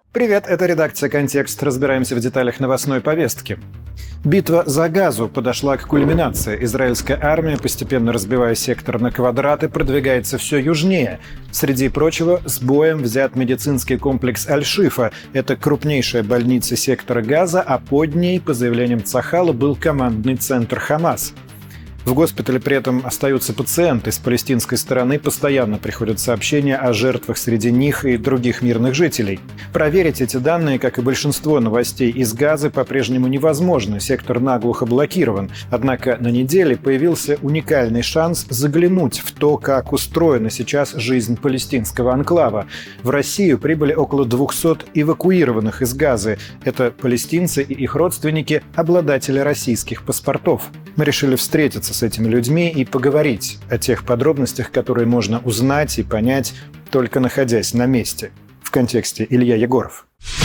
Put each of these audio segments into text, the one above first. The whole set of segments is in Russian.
Привет, это редакция «Контекст». Разбираемся в деталях новостной повестки. Битва за Газу подошла к кульминации. Израильская армия, постепенно разбивая сектор на квадраты, продвигается все южнее. Среди прочего, с боем взят медицинский комплекс Аль-Шифа. Это крупнейшая больница сектора Газа, а под ней, по заявлениям Цахала, был командный центр Хамас. В госпитале при этом остаются пациенты. С палестинской стороны постоянно приходят сообщения о жертвах среди них и других мирных жителей. Проверить эти данные, как и большинство новостей из Газы, по-прежнему невозможно. Сектор наглухо блокирован. Однако на неделе появился уникальный шанс заглянуть в то, как устроена сейчас жизнь палестинского анклава. В Россию прибыли около 200 эвакуированных из Газы. Это палестинцы и их родственники, обладатели российских паспортов. Мы решили встретиться с этими людьми и поговорить о тех подробностях, которые можно узнать и понять, только находясь на месте. В контексте Илья Егоров.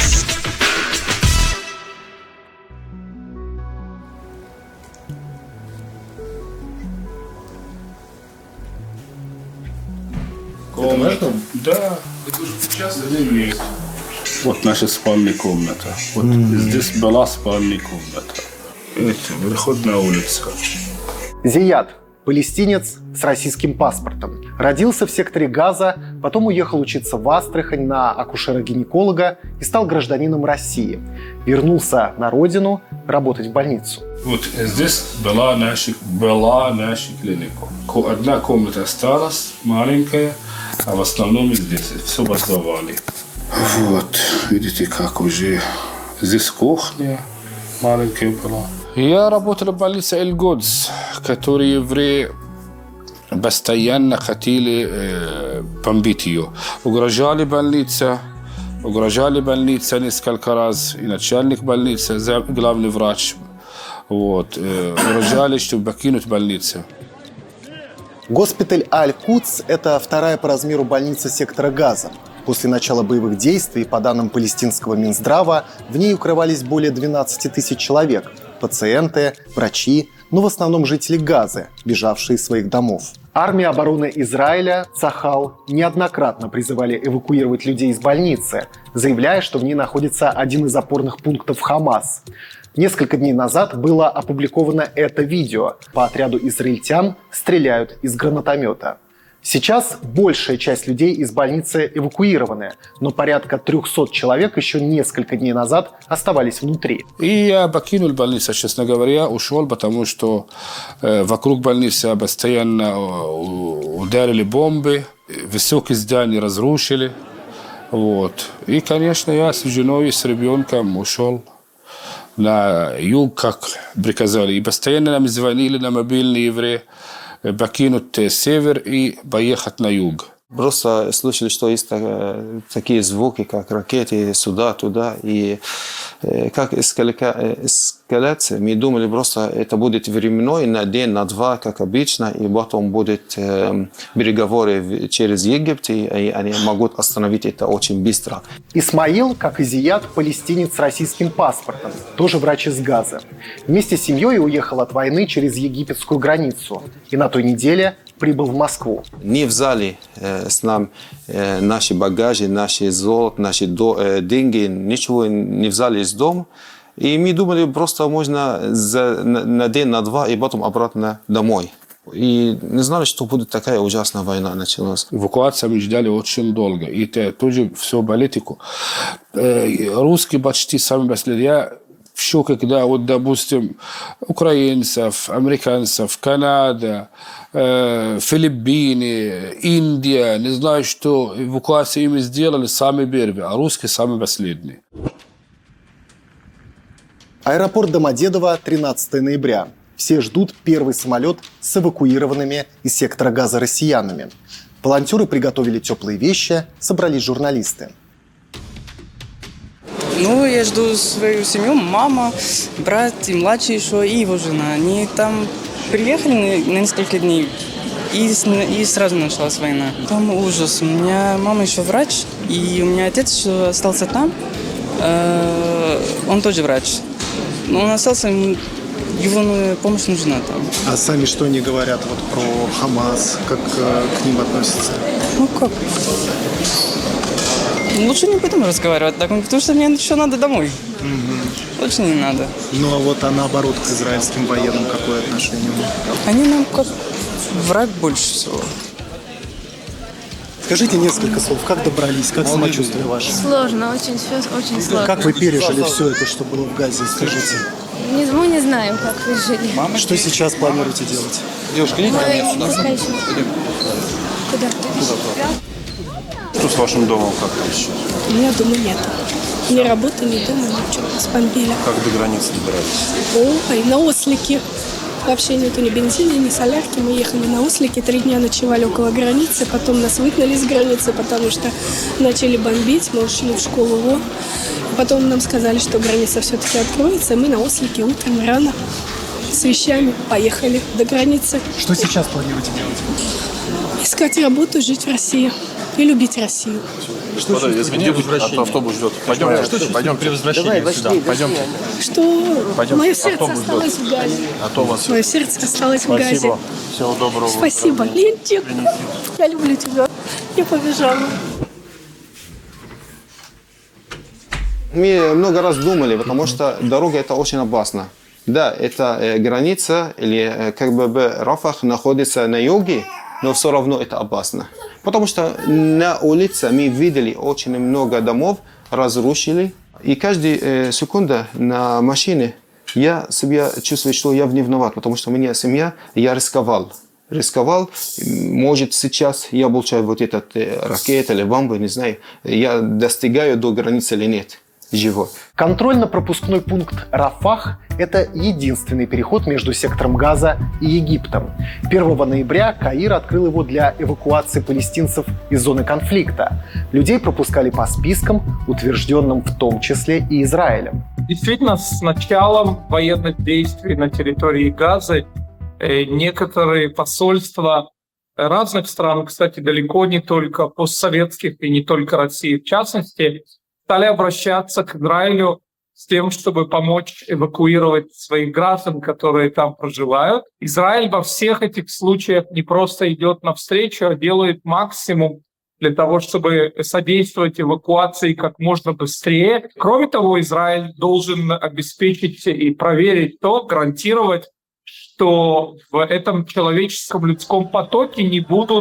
Комната? Да. Вот наша спальная комната. Вот здесь была спальная комната. Это выход на улицу. Зият – палестинец с российским паспортом. Родился в секторе Газа, потом уехал учиться в Астрахань на акушера-гинеколога и стал гражданином России. Вернулся на родину работать в больницу. Вот здесь была наша клиника. Одна комната осталась, маленькая, а в основном здесь все воздавали. Вот, видите, как уже здесь кухня маленькая была. Я работал в больнице Эль-Годс, которые евреи постоянно хотели бомбить ее. Угрожали больнице несколько раз, и начальник больницы, главный врач. Угрожали, чтобы покинуть больницу. Госпиталь Аль-Кудс – это вторая по размеру больница сектора Газа. После начала боевых действий, по данным палестинского Минздрава, в ней укрывались более 12 тысяч человек. Пациенты, врачи, но в основном жители Газы, бежавшие из своих домов. Армия обороны Израиля, Цахал, неоднократно призывали эвакуировать людей из больницы, заявляя, что в ней находится один из опорных пунктов Хамас. Несколько дней назад было опубликовано это видео. По отряду израильтян стреляют из гранатомета. Сейчас большая часть людей из больницы эвакуированы, но порядка 300 человек еще несколько дней назад оставались внутри. И я покинул больницу, честно говоря, ушел, потому что вокруг больницы постоянно ударили бомбы, высокие здания разрушили. И, конечно, я с женой и с ребенком ушел на юг, как приказали. И постоянно нам звонили на мобильный еврей, покинуть север и поехать на юг. Просто слышали, что есть такие звуки, как ракеты сюда-туда. И как эскалация, мы думали, просто это будет временной, на день, на два, как обычно, и потом будут переговоры через Египет, и они могут остановить это очень быстро. Исмаил, как и Зият, палестинец с российским паспортом, тоже врач из Газа. Вместе с семьей уехал от войны через египетскую границу. И на той неделе прибыл в Москву. Не взяли с нами наши багажи, наши золото, наши деньги, ничего не взяли из дома. И мы думали, просто можно на день, на два, и потом обратно домой. И не знали, что будет такая ужасная война началась. Эвакуацию мы ждали очень долго. И это тоже все политику. Русские почти сами последние. В шоке, когда, допустим, украинцев, американцев, Канада, Филиппины, Индия, не знаю, что эвакуацию им сделали сами первые, а русские сами последние. Аэропорт Домодедово, 13 ноября. Все ждут первый самолет с эвакуированными из сектора Газа россиянами. Волонтеры приготовили теплые вещи, собрались журналисты. Я жду свою семью, мама, брат и младший еще, и его жена. Они там приехали на несколько дней, и сразу началась война. Там ужас. У меня мама еще врач, и у меня отец еще остался там. Он тоже врач. Но он остался, его помощь нужна там. А сами что они говорят про Хамас? Как к ним относятся? Как? Лучше не будем разговаривать, так, потому что мне еще надо домой. Лучше не надо. Ну а вот, а наоборот, к израильским военным какое отношение? Они нам как враг больше всего. Скажите несколько слов, как добрались, как самочувствие ваше? Сложно, очень все очень сложно. Как вы пережили все это, что было в Газе, скажите? Мы не знаем, как вы жили. Что сейчас планируете делать? Девушка, идите ко мне сюда. Куда? Что с вашим домом, как там сейчас? У меня дома нет. Ни работы, ни дома, ничего. Спомбили. Как до границы добирались? Ой, на ослике. Вообще нету ни бензина, ни солярки. Мы ехали на ослике, 3 дня ночевали около границы. Потом нас выгнали с границы, потому что начали бомбить. Мы ушли в школу. Потом нам сказали, что граница все-таки откроется. Мы на ослике утром рано с вещами поехали до границы. Что сейчас планируете делать? Искать работу, жить в России и любить Россию. Извините, автобус ждет. Пойдем при возвращении сюда. Пойдемте. Что мое сердце осталось в Газе. Мое сердце осталось в Газе. Спасибо. Всего доброго. Спасибо, Ленчик. Я люблю тебя. Я побежала. Мы много раз думали, потому что дорога это очень опасно. Да, это граница или как бы Рафах находится на юге, но все равно это опасно. Потому что на улице мы видели очень много домов, разрушили. И каждая секунда на машине я себя чувствую, что я не виноват, потому что у меня семья, я рисковал. Может сейчас я получаю вот этот ракет или бомбу, не знаю, я достигаю до границы или нет. Живой. Контрольно-пропускной пункт Рафах – это единственный переход между сектором Газа и Египтом. 1 ноября Каир открыл его для эвакуации палестинцев из зоны конфликта. Людей пропускали по спискам, утвержденным в том числе и Израилем. Действительно, с началом военных действий на территории Газы некоторые посольства разных стран, кстати, далеко не только постсоветских и не только России в частности, стали обращаться к Израилю с тем, чтобы помочь эвакуировать своих граждан, которые там проживают. Израиль во всех этих случаях не просто идет навстречу, а делает максимум для того, чтобы содействовать эвакуации как можно быстрее. Кроме того, Израиль должен обеспечить и проверить то, гарантировать, что в этом человеческом людском потоке не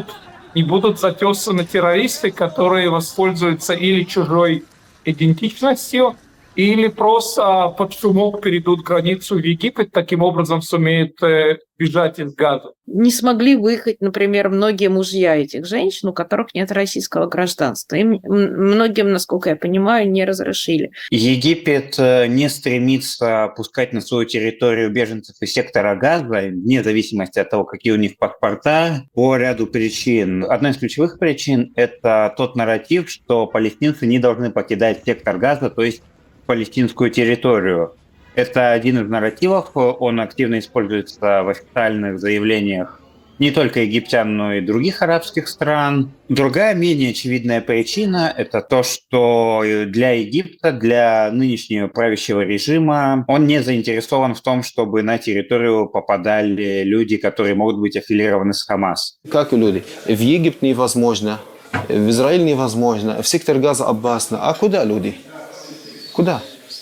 будут затесаны террористы, которые воспользуются или чужой идентичностью, или просто под шумок перейдут границу в Египет, таким образом сумеют бежать из Газа. Не смогли выехать, например, многие мужья этих женщин, у которых нет российского гражданства. Им многим, насколько я понимаю, не разрешили. Египет не стремится пускать на свою территорию беженцев из сектора Газа, вне зависимости от того, какие у них паспорта, по ряду причин. Одна из ключевых причин – это тот нарратив, что палестинцы не должны покидать сектор Газа, то есть палестинскую территорию. Это один из нарративов, он активно используется в официальных заявлениях не только египтян, но и других арабских стран. Другая, менее очевидная причина – это то, что для Египта, для нынешнего правящего режима, он не заинтересован в том, чтобы на территорию попадали люди, которые могут быть аффилированы с Хамас. Как люди? В Египет невозможно, в Израиль невозможно, в сектор Газа опасно. А куда люди? Куда?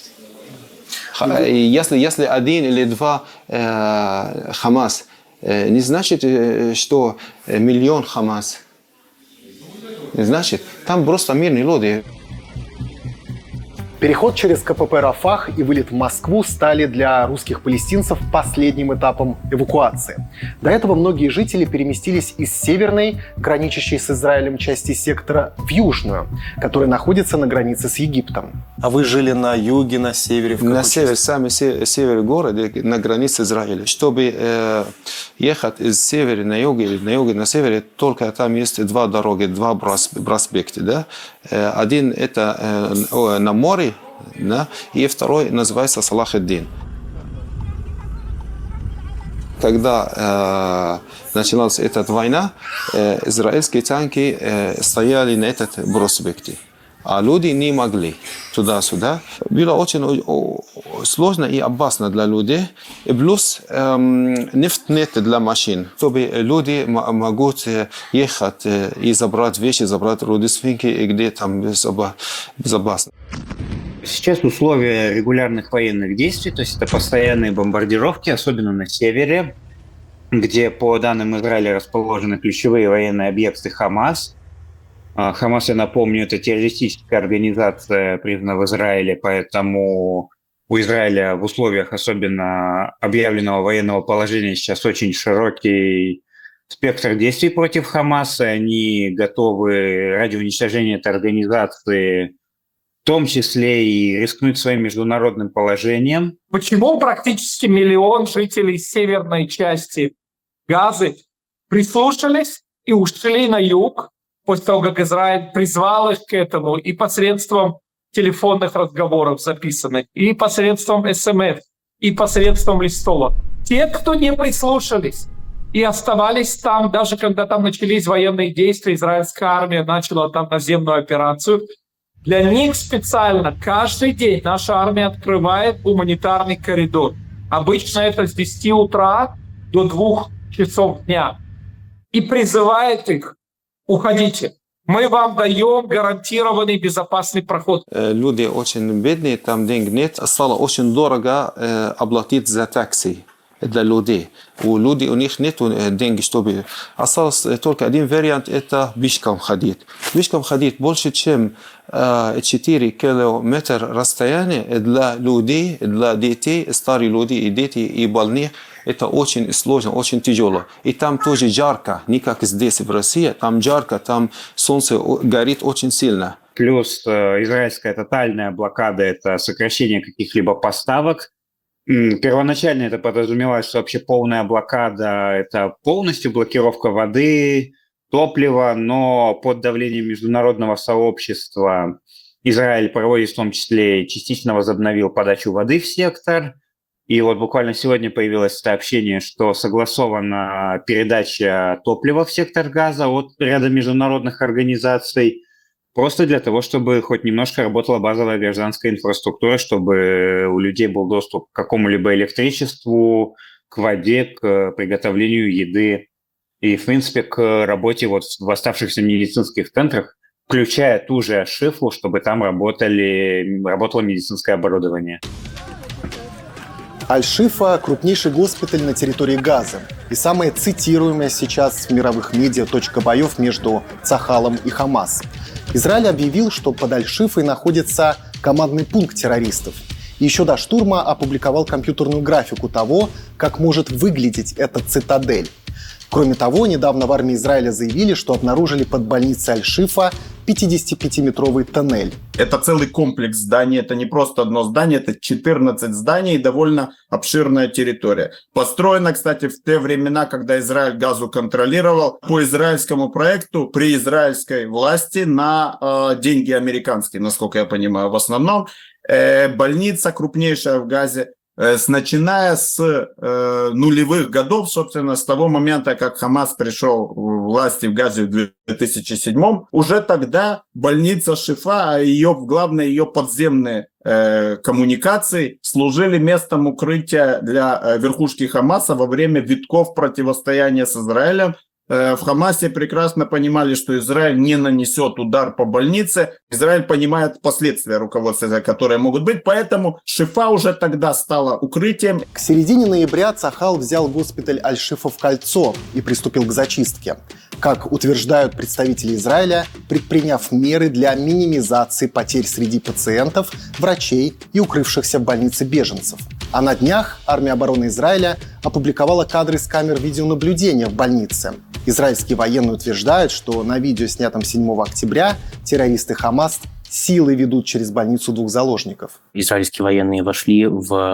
Если один или два Хамас, не значит, что миллион Хамас. Не значит, там просто мирные люди. Переход через КПП Рафах и вылет в Москву стали для русских палестинцев последним этапом эвакуации. До этого многие жители переместились из северной, граничащей с Израилем части сектора, в южную, которая находится на границе с Египтом. А вы жили на юге, на севере? На севере, самый север города, на границе Израиля. Чтобы ехать из севера на юг или на юге на севере, только там есть два дороги, два проспекта. Да? Один это на море, да? И второй называется Салах-ад-Дин. Когда началась эта война, израильские танки стояли на этом проспекте. а люди не могли туда-сюда. Было очень сложно и опасно для людей. И плюс нефть нет для машин, чтобы люди могут ехать и забрать вещи, забрать родственники, и где там безопасно. Сейчас условия регулярных военных действий, то есть это постоянные бомбардировки, особенно на севере, где, по данным Израиля, расположены ключевые военные объекты Хамас. Хамас, я напомню, это террористическая организация, признана в Израиле, поэтому у Израиля в условиях особенно объявленного военного положения сейчас очень широкий спектр действий против Хамаса. Они готовы ради уничтожения этой организации в том числе и рискнуть своим международным положением. Почему практически 1 миллион жителей северной части Газы прислушались и ушли на юг после того, как Израиль призвал их к этому и посредством телефонных разговоров записанных, и посредством СМС, и посредством листовок? Те, кто не прислушались и оставались там, даже когда там начались военные действия, израильская армия начала там наземную операцию, для них специально каждый день наша армия открывает гуманитарный коридор. Обычно это с 10 утра до 2 часов дня. И призывает их: уходите. Мы вам даем гарантированный безопасный проход. Люди очень бедные, там денег нет. Стало очень дорого оплатить за такси для людей. У людей у них нет денег, чтобы... Осталось только один вариант, это пешком ходить. Пешком ходить больше, чем 4 километра расстояния для людей, для детей, старых людей и дети, и больных. Это очень сложно, очень тяжело. И там тоже жарко, не как здесь в России. Там жарко, там солнце горит очень сильно. Плюс израильская тотальная блокада – это сокращение каких-либо поставок. Первоначально это подразумевалось, что вообще полная блокада – это полностью блокировка воды, топлива, но под давлением международного сообщества Израиль проводит, в том числе, частично возобновил подачу воды в сектор. И вот буквально сегодня появилось сообщение, что согласована передача топлива в сектор Газа от ряда международных организаций, просто для того, чтобы хоть немножко работала базовая гражданская инфраструктура, чтобы у людей был доступ к какому-либо электричеству, к воде, к приготовлению еды и, в принципе, к работе вот в оставшихся медицинских центрах, включая ту же Шифу, чтобы там работало медицинское оборудование. Аль-Шифа – крупнейший госпиталь на территории Газы и самая цитируемая сейчас в мировых медиа точка боев между Цахалом и Хамас. Израиль объявил, что под Аль-Шифой находится командный пункт террористов. И еще до штурма опубликовал компьютерную графику того, как может выглядеть эта цитадель. Кроме того, недавно в армии Израиля заявили, что обнаружили под больницей Аль-Шифа 55-метровый тоннель. Это целый комплекс зданий, это не просто одно здание, это 14 зданий и довольно обширная территория. Построено, кстати, в те времена, когда Израиль Газу контролировал, по израильскому проекту при израильской власти на деньги американские, насколько я понимаю, в основном. Больница крупнейшая в Газе. Начиная с нулевых годов, собственно, с того момента, как Хамас пришел к власти в Газе в 2007, уже тогда больница Шифа, главное, ее подземные коммуникации служили местом укрытия для верхушки Хамаса во время витков противостояния с Израилем. В Хамасе прекрасно понимали, что Израиль не нанесет удар по больнице. Израиль понимает последствия руководства, которые могут быть, поэтому Шифа уже тогда стала укрытием. К середине ноября Цахал взял госпиталь Аль-Шифа в кольцо и приступил к зачистке. Как утверждают представители Израиля, предприняв меры для минимизации потерь среди пациентов, врачей и укрывшихся в больнице беженцев. А на днях армия обороны Израиля опубликовала кадры с камер видеонаблюдения в больнице. Израильские военные утверждают, что на видео, снятом 7 октября, террористы Хамас силой ведут через больницу 2 заложников. Израильские военные вошли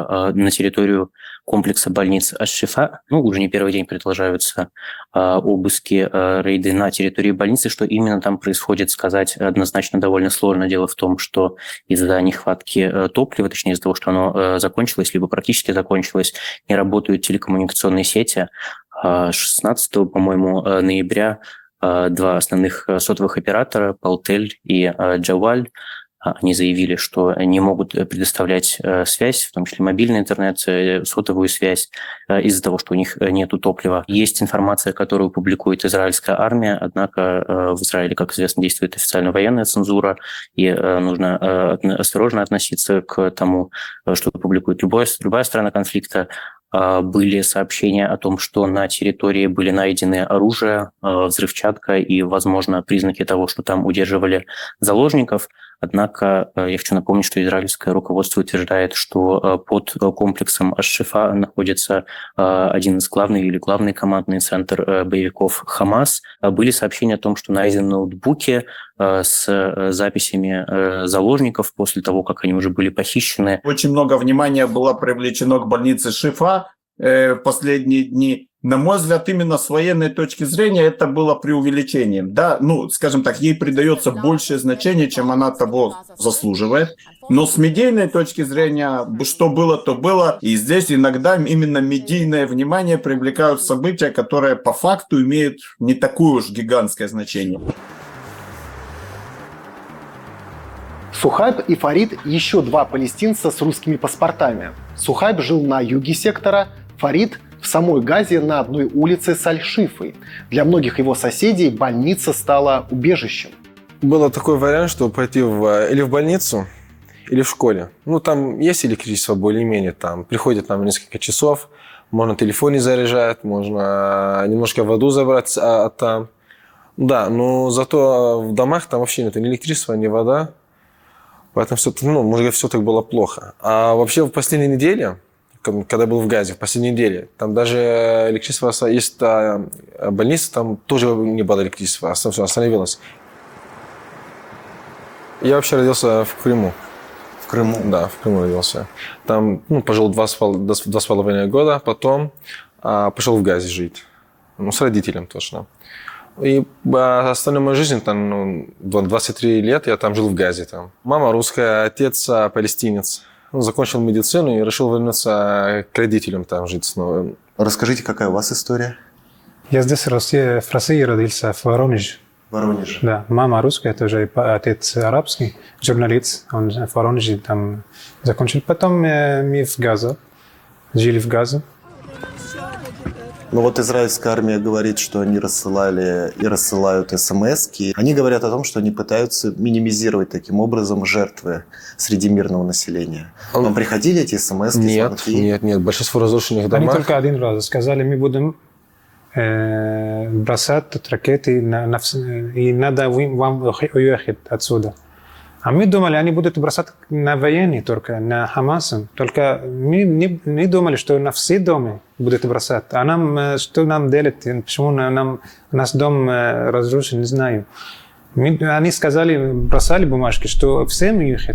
на территорию комплекса больниц Аш-Шифа. Уже не первый день продолжаются обыски, рейды на территории больницы. Что именно там происходит, сказать однозначно довольно сложно. Дело в том, что из-за нехватки топлива, точнее из-за того, что оно закончилось, либо практически закончилось, не работают телекоммуникационные сети. 16, по-моему, ноября два основных сотовых оператора, Paltel и Джаваль. Они заявили, что не могут предоставлять связь, в том числе мобильный интернет, сотовую связь, из-за того, что у них нет топлива. Есть информация, которую публикует израильская армия, однако в Израиле, как известно, действует официально военная цензура, и нужно осторожно относиться к тому, что публикует любая страна конфликта. Были сообщения о том, что на территории были найдены оружие, взрывчатка и, возможно, признаки того, что там удерживали заложников. Однако я хочу напомнить, что израильское руководство утверждает, что под комплексом Аш-Шифа находится один из главный командный центр боевиков Хамас. Были сообщения о том, что найдены ноутбуки с записями заложников после того, как они уже были похищены. Очень много внимания было привлечено к больнице Шифа в последние дни. На мой взгляд, именно с военной точки зрения это было преувеличением. Да, скажем так, ей придается большее значение, чем она того заслуживает. Но с медийной точки зрения, что было, то было. И здесь иногда именно медийное внимание привлекают события, которые по факту имеют не такое уж гигантское значение. Сухайб и Фарид – еще два палестинца с русскими паспортами. Сухайб жил на юге сектора, Фарид – в самой Газе на одной улице с Аль-Шифой. Для многих его соседей больница стала убежищем. Был такой вариант, что пойти или в больницу, или в школе. Там есть электричество более-менее, там приходят нам несколько часов, можно телефон не заряжать, можно немножко воду забрать там. Да, но зато в домах там вообще нет ни электричества, ни вода. Поэтому все так было плохо. А вообще в последней неделе, когда был в Газе, в последней неделе, там даже электричество есть, больница, там тоже не было электричества, все остановилось. Я вообще родился в Крыму. В Крыму? Да, в Крыму родился. Там пожил 2,5 года, потом пошел в Газе жить. С родителем точно. И остальную мою жизнь, 23 лет, я там жил в Газе. Там. Мама русская, отец палестинец. Закончил медицину и решил вернуться к родителям там жить снова. Расскажите, какая у вас история? Я здесь в России родился, в Воронеже. Воронеж. Да, мама русская, тоже отец арабский, журналист. Он в Воронеже там закончил. Потом мы в Газе, жили в Газе. Но израильская армия говорит, что они рассылали и рассылают смс-ки. Они говорят о том, что они пытаются минимизировать таким образом жертвы среди мирного населения. Вам приходили эти смс-ки, звонки? Нет. Большинство разрушенных домов. Они только один раз сказали, мы будем бросать ракеты, и надо вам уехать отсюда. А мы думали, они будут бросать на военные только, на Хамаса. Только мы не думали, что на все дома будут бросать. А нам, что нам делать? Почему наш дом разрушен, не знаю. Они сказали, бросали бумажки, что всем уехать.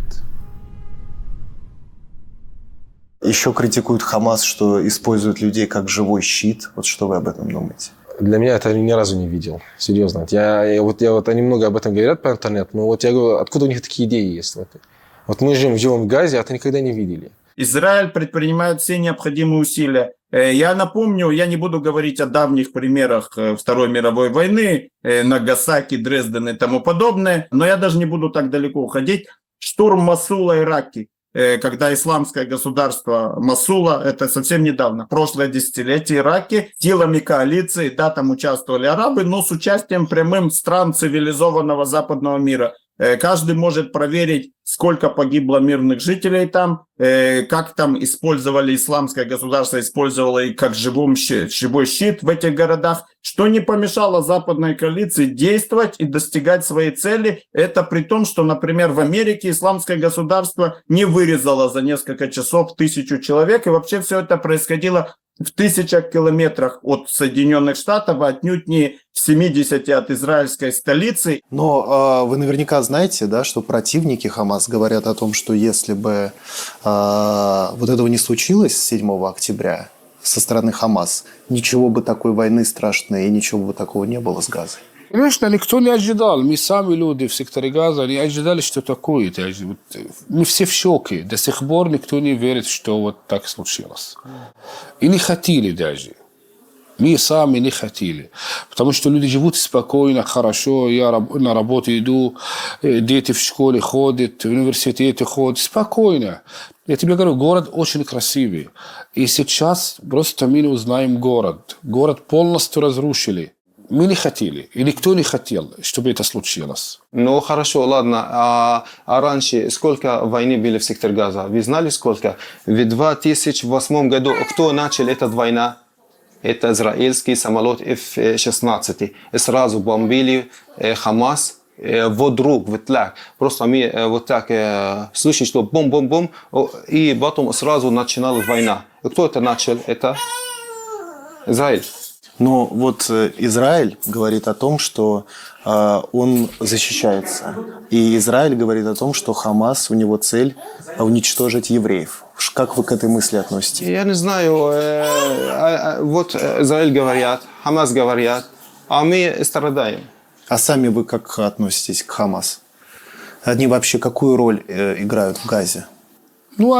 Еще критикуют Хамас, что используют людей как живой щит. Что вы об этом думаете? Для меня это ни разу не видел. Серьезно. Они много об этом говорят по интернету, но я говорю, откуда у них такие идеи есть? Мы живем в Газе, а это никогда не видели. Израиль предпринимает все необходимые усилия. Я напомню, я не буду говорить о давних примерах Второй мировой войны, Нагасаки, Дрезден и тому подобное, но я даже не буду так далеко уходить. Штурм Мосула, Ираки. Когда исламское государство Мосула, это совсем недавно, прошлое десятилетие, Ираке, силами коалиции, да, там участвовали арабы, но с участием прямым стран цивилизованного западного мира. Каждый может проверить, сколько погибло мирных жителей там, как там использовали исламское государство, использовало и как живой щит в этих городах, что не помешало западной коалиции действовать и достигать своей цели. Это при том, что, например, в Америке исламское государство не вырезало за несколько часов 1000 человек, и вообще все это происходило в 1000 километрах от Соединенных Штатов, а отнюдь не в 70 от израильской столицы. Но вы наверняка знаете, да, что противники Хамас говорят о том, что если бы этого не случилось 7 октября со стороны Хамас, ничего бы такой войны страшной и ничего бы такого не было с Газой. Конечно, никто не ожидал. Мы сами люди в секторе Газа не ожидали, что такое. Мы все в шоке. До сих пор никто не верит, что так случилось. И не хотели даже. Мы сами не хотели. Потому что люди живут спокойно, хорошо. Я на работу иду, дети в школе ходят, в университете ходят. Спокойно. Я тебе говорю, город очень красивый. И сейчас просто мы не узнаем город. Город полностью разрушили. Мы не хотели, и никто не хотел, чтобы это случилось. Ну, хорошо, ладно. А раньше сколько войны были в секторе Газа? Вы знали сколько? В 2008 году кто начал эту войну? Это израильский самолет F-16. И сразу бомбили Хамас вдруг, вот так. Просто мы вот так слышим, что бум-бум-бум, и потом сразу начиналась война. И кто это начал? Это Израиль. Но вот Израиль говорит о том, что он защищается. И Израиль говорит о том, что Хамас, у него цель уничтожить евреев. Как вы к этой мысли относитесь? Я не знаю. Вот Израиль говорят, Хамас говорят, а мы страдаем. А сами вы как относитесь к Хамас? Они вообще какую роль играют в Газе? Ну,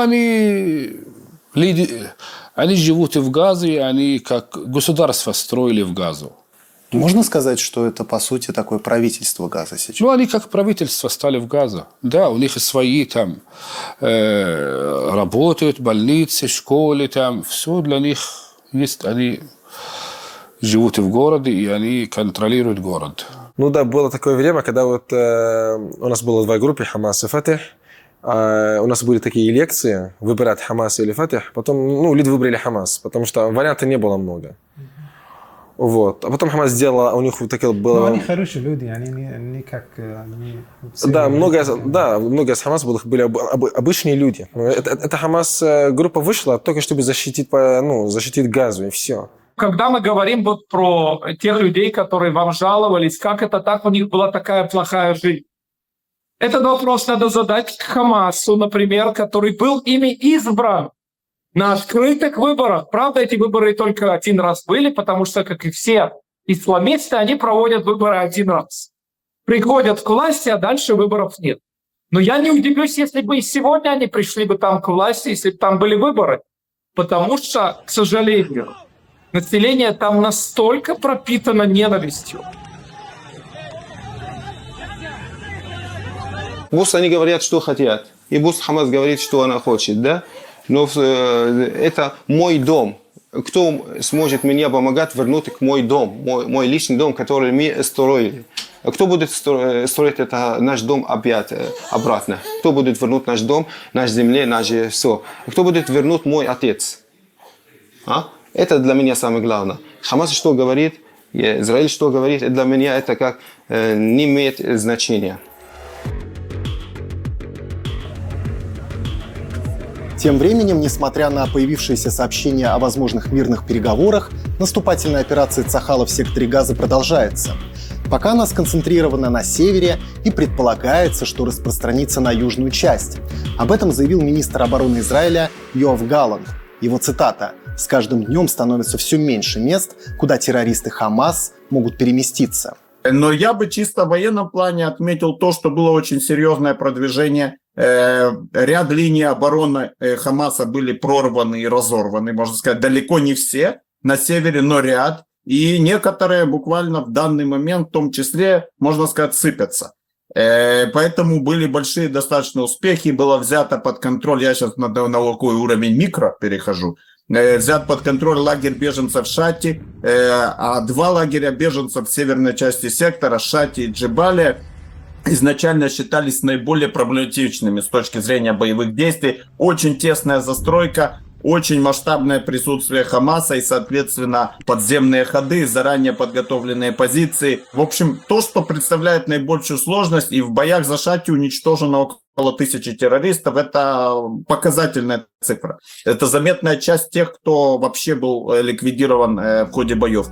они живут в Газе, они как государство строили в Газу. Можно сказать, что это, по сути, такое правительство Газа сейчас? Ну, они как правительство стали в Газе. Да, у них свои там работают, больницы, школы, там все для них есть. Они живут в городе, и они контролируют город. Ну да, было такое время, когда вот у нас было два группы, Хамас и Фатих. У нас были такие лекции, выбирать Хамас или Фатих. Потом, люди выбрали Хамас, потому что вариантов не было много. Вот. А потом Хамас сделала, у них вот такое было... Но они хорошие люди, они не как... Да, много из Хамас были обычные люди. Это Хамас группа вышла только чтобы защитить Газу, и все. Когда мы говорим вот про тех людей, которые вам жаловались, как это так, у них была такая плохая жизнь. Этот вопрос надо задать Хамасу, например, который был ими избран на открытых выборах. Правда, эти выборы только один раз были, потому что, как и все исламисты, они проводят выборы один раз. Приходят к власти, а дальше выборов нет. Но я не удивлюсь, если бы и сегодня они пришли бы там к власти, если бы там были выборы. Потому что, к сожалению, население там настолько пропитано ненавистью. Пусть они говорят, что хотят. И пусть Хамас говорит, что она хочет, да? Но это мой дом. Кто сможет мне помогать вернуть к мой дом, мой личный дом, который мы строили? Кто будет строить это, наш дом опять обратно? Кто будет вернуть наш дом, наш земле, наше все? Кто будет вернуть мой отец? Это для меня самое главное. Хамас что говорит, Израиль что говорит, для меня это как не имеет значения. Тем временем, несмотря на появившиеся сообщения о возможных мирных переговорах, наступательная операция Цахала в секторе Газа продолжается. Пока она сконцентрирована на севере и предполагается, что распространится на южную часть. Об этом заявил министр обороны Израиля Йоав Галланд. Его цитата: «С каждым днем становится все меньше мест, куда террористы Хамас могут переместиться». Но я бы чисто в военном плане отметил то, что было очень серьезное продвижение. Ряд линий обороны Хамаса были прорваны и разорваны, можно сказать, далеко не все на севере, но ряд. И некоторые буквально в данный момент, в том числе, можно сказать, сыпятся. Поэтому были большие достаточно успехи, было взято под контроль, я сейчас на такой уровень микро перехожу, взят под контроль лагерь беженцев Шати, а два лагеря беженцев в северной части сектора, Шати и Джебалия, изначально считались наиболее проблематичными с точки зрения боевых действий. Очень тесная застройка, очень масштабное присутствие Хамаса и, соответственно, подземные ходы, заранее подготовленные позиции. В общем, то, что представляет наибольшую сложность, и в боях за Шати уничтожено около 1000 террористов, это показательная цифра. Это заметная часть тех, кто вообще был ликвидирован в ходе боев.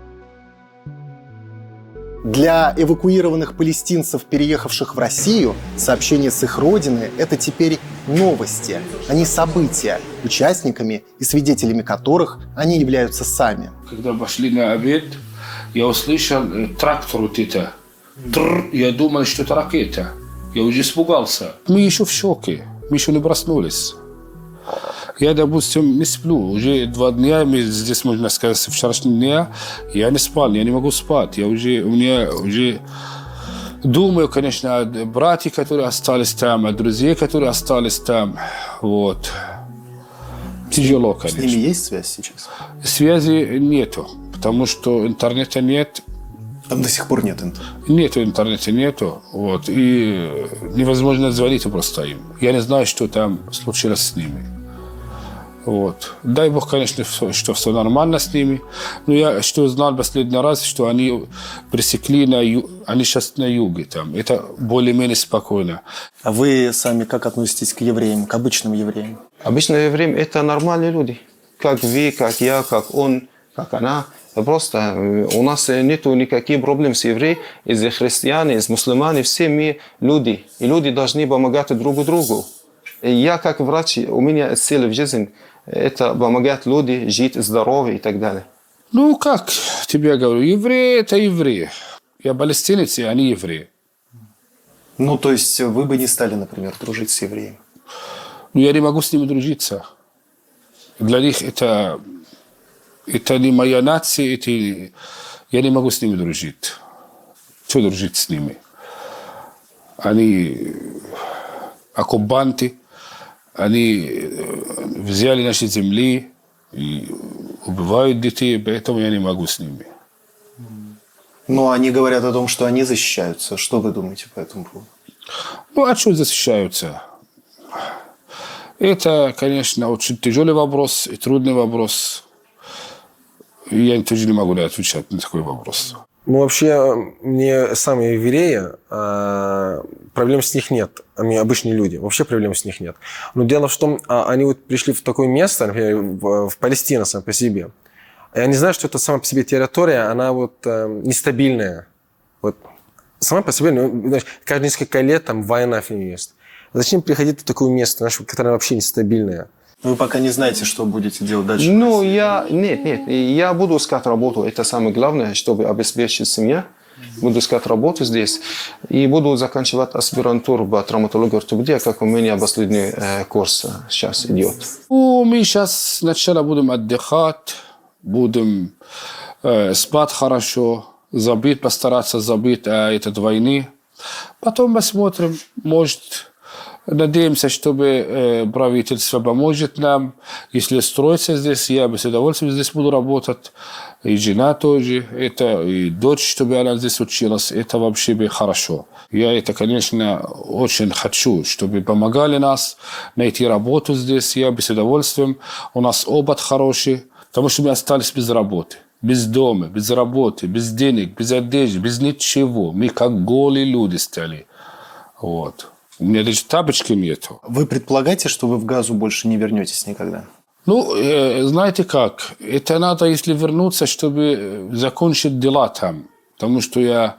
Для эвакуированных палестинцев, переехавших в Россию, сообщения с их родины – это теперь новости, а не события, участниками и свидетелями которых они являются сами. Когда пошли на обед, я услышал трактор вот это. Я думал, что это ракета. Я уже испугался. Мы еще в шоке, мы еще не проснулись. Я, допустим, не сплю. Уже 2 дня, здесь, можно сказать, с вчерашнего дня, я не спал, я не могу спать. У меня уже думаю, конечно, о братьях, которые остались там, о друзьях, которые остались там. Вот. Тяжело, конечно. С ними есть связь сейчас? Связи нету, потому что интернета нет. Там до сих пор нет интернета? Нету интернета, нету. Вот. И невозможно звонить просто им. Я не знаю, что там случилось с ними. Вот. Дай Бог, конечно, что все нормально с ними. Но я что знал в последний раз, что они пресекли они сейчас на юге. Там. Это более-менее спокойно. А вы сами как относитесь к евреям, к обычным евреям? Обычные евреи – это нормальные люди. Как вы, как я, как он, как она. Просто у нас нет никаких проблем с евреями, из христиан, из мусульман. Все мы люди. И люди должны помогать друг другу. И я как врач, у меня цель в жизни – это помогать людям жить здорово и так далее. Ну, как тебе говорю, евреи – это евреи. Я палестинец, и они евреи. Ну, то есть вы бы не стали, например, дружить с евреем? Ну, я не могу с ними дружиться. Для них это не моя нация, я не могу с ними дружить. Что дружить с ними? Они оккупанты, они взяли наши земли и убивают детей, поэтому я не могу с ними. Но они говорят о том, что они защищаются. Что вы думаете по этому поводу? Ну, а что защищаются? Это, конечно, очень тяжелый вопрос и трудный вопрос. И я тоже не могу отвечать на такой вопрос. Ну, вообще, мне самые евреи, проблем с них нет. Мне обычные люди, вообще проблем с них нет. Но дело в том, они вот пришли в такое место, например, в Палестину сам по себе. И они знают, что это сама по себе территория, она вот нестабильная. Вот сама по себе, знаешь, каждые несколько лет там война в ней есть. Зачем приходить в такое место, знаешь, которое вообще нестабильное? Вы пока не знаете, что будете делать дальше? Ну, нет. Я буду искать работу. Это самое главное, чтобы обеспечить семью. Буду искать работу здесь. И буду заканчивать аспирантуру по травматологии ортопедии, как у меня последний курс сейчас идет. Ну, мы сейчас сначала будем отдыхать, будем спать хорошо, постараться забыть о этой войне. Потом посмотрим, может... Надеемся, чтобы правительство поможет нам. Если строится здесь, я бы с удовольствием здесь буду работать. И жена тоже. Это, и дочь, чтобы она здесь училась. Это вообще бы хорошо. Я это, конечно, очень хочу, чтобы помогали нас найти работу здесь. Я бы с удовольствием. У нас опыт хороший. Потому что мы остались без работы. Без дома, без работы, без денег, без одежды, без ничего. Мы как голые люди стали. Вот. У меня даже тапочки нету. Вы предполагаете, что вы в Газу больше не вернетесь никогда? Ну, знаете как, это надо, если вернуться, чтобы закончить дела там. Потому что я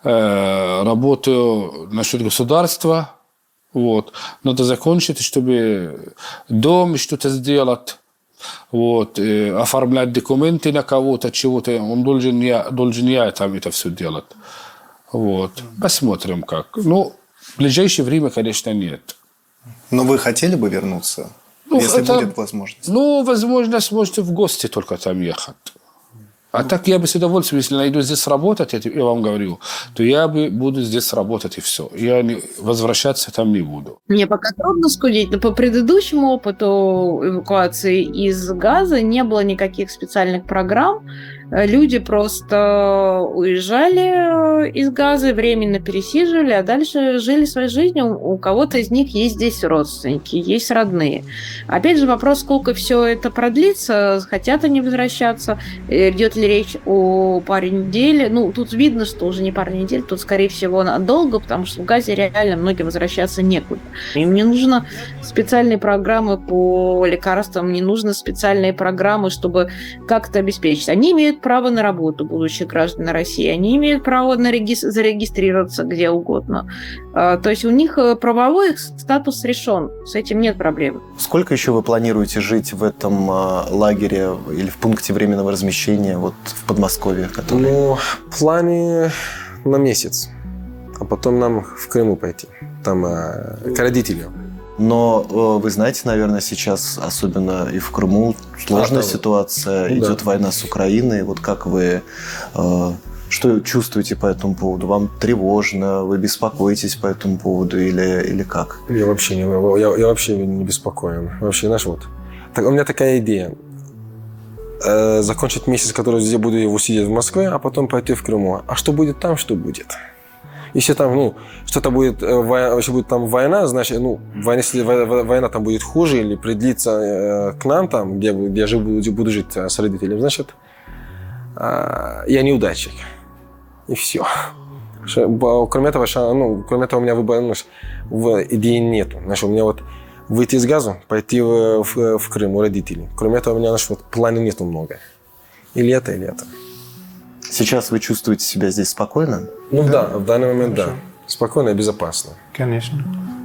работаю насчет государства. Вот. Надо закончить, чтобы дом что-то сделать. Вот. Оформлять документы на кого-то, чего-то. Он должен я там это все делать. Вот. Посмотрим как. Ну, в ближайшее время, конечно, нет. Но вы хотели бы вернуться, если будет возможность? Ну, возможность, можете в гости только там ехать. А так я бы с удовольствием, если найду здесь работать, я вам говорю, то я буду здесь работать и все. Я возвращаться там не буду. Мне пока трудно судить, но по предыдущему опыту эвакуации из Газы не было никаких специальных программ. Люди просто уезжали из Газы, временно пересиживали, а дальше жили своей жизнью. У кого-то из них есть здесь родственники, есть родные. Опять же, вопрос, сколько все это продлится, хотят они возвращаться, идет ли речь о паре недель. Ну, тут видно, что уже не пара недель, тут, скорее всего, надолго, потому что в Газе реально многим возвращаться некуда. Им не нужны специальные программы по лекарствам, не нужны специальные программы, чтобы как-то обеспечить. Они имеют право на работу, будучи гражданами России. Они имеют право зарегистрироваться где угодно. То есть у них правовой статус решен. С этим нет проблем. Сколько еще вы планируете жить в этом лагере или в пункте временного размещения вот в Подмосковье? Ну, в плане на месяц. А потом нам в Крыму пойти. Там к родителям. Но вы знаете, наверное, сейчас, особенно и в Крыму, сложная ситуация, идет война с Украиной. Вот как вы, что чувствуете по этому поводу? Вам тревожно, вы беспокоитесь по этому поводу или как? Я вообще не беспокоен. Вообще, знаешь, вот. У меня такая идея. Закончить месяц, который я буду его сидеть в Москве, а потом пойти в Крыму. А что будет там, что будет? Если там, что-то будет, если будет там война, значит, если война там будет хуже или придлится к нам, там, где я буду жить с родителями, значит, я неудачник. И все. Кроме этого, у меня выбора идеи нету. Значит, у меня вот выйти из газа, пойти в Крым у родителей. Кроме этого, у меня планов нету много. Или это, или это. Сейчас вы чувствуете себя здесь спокойно? Да, в данный момент да. Спокойно и безопасно. Конечно.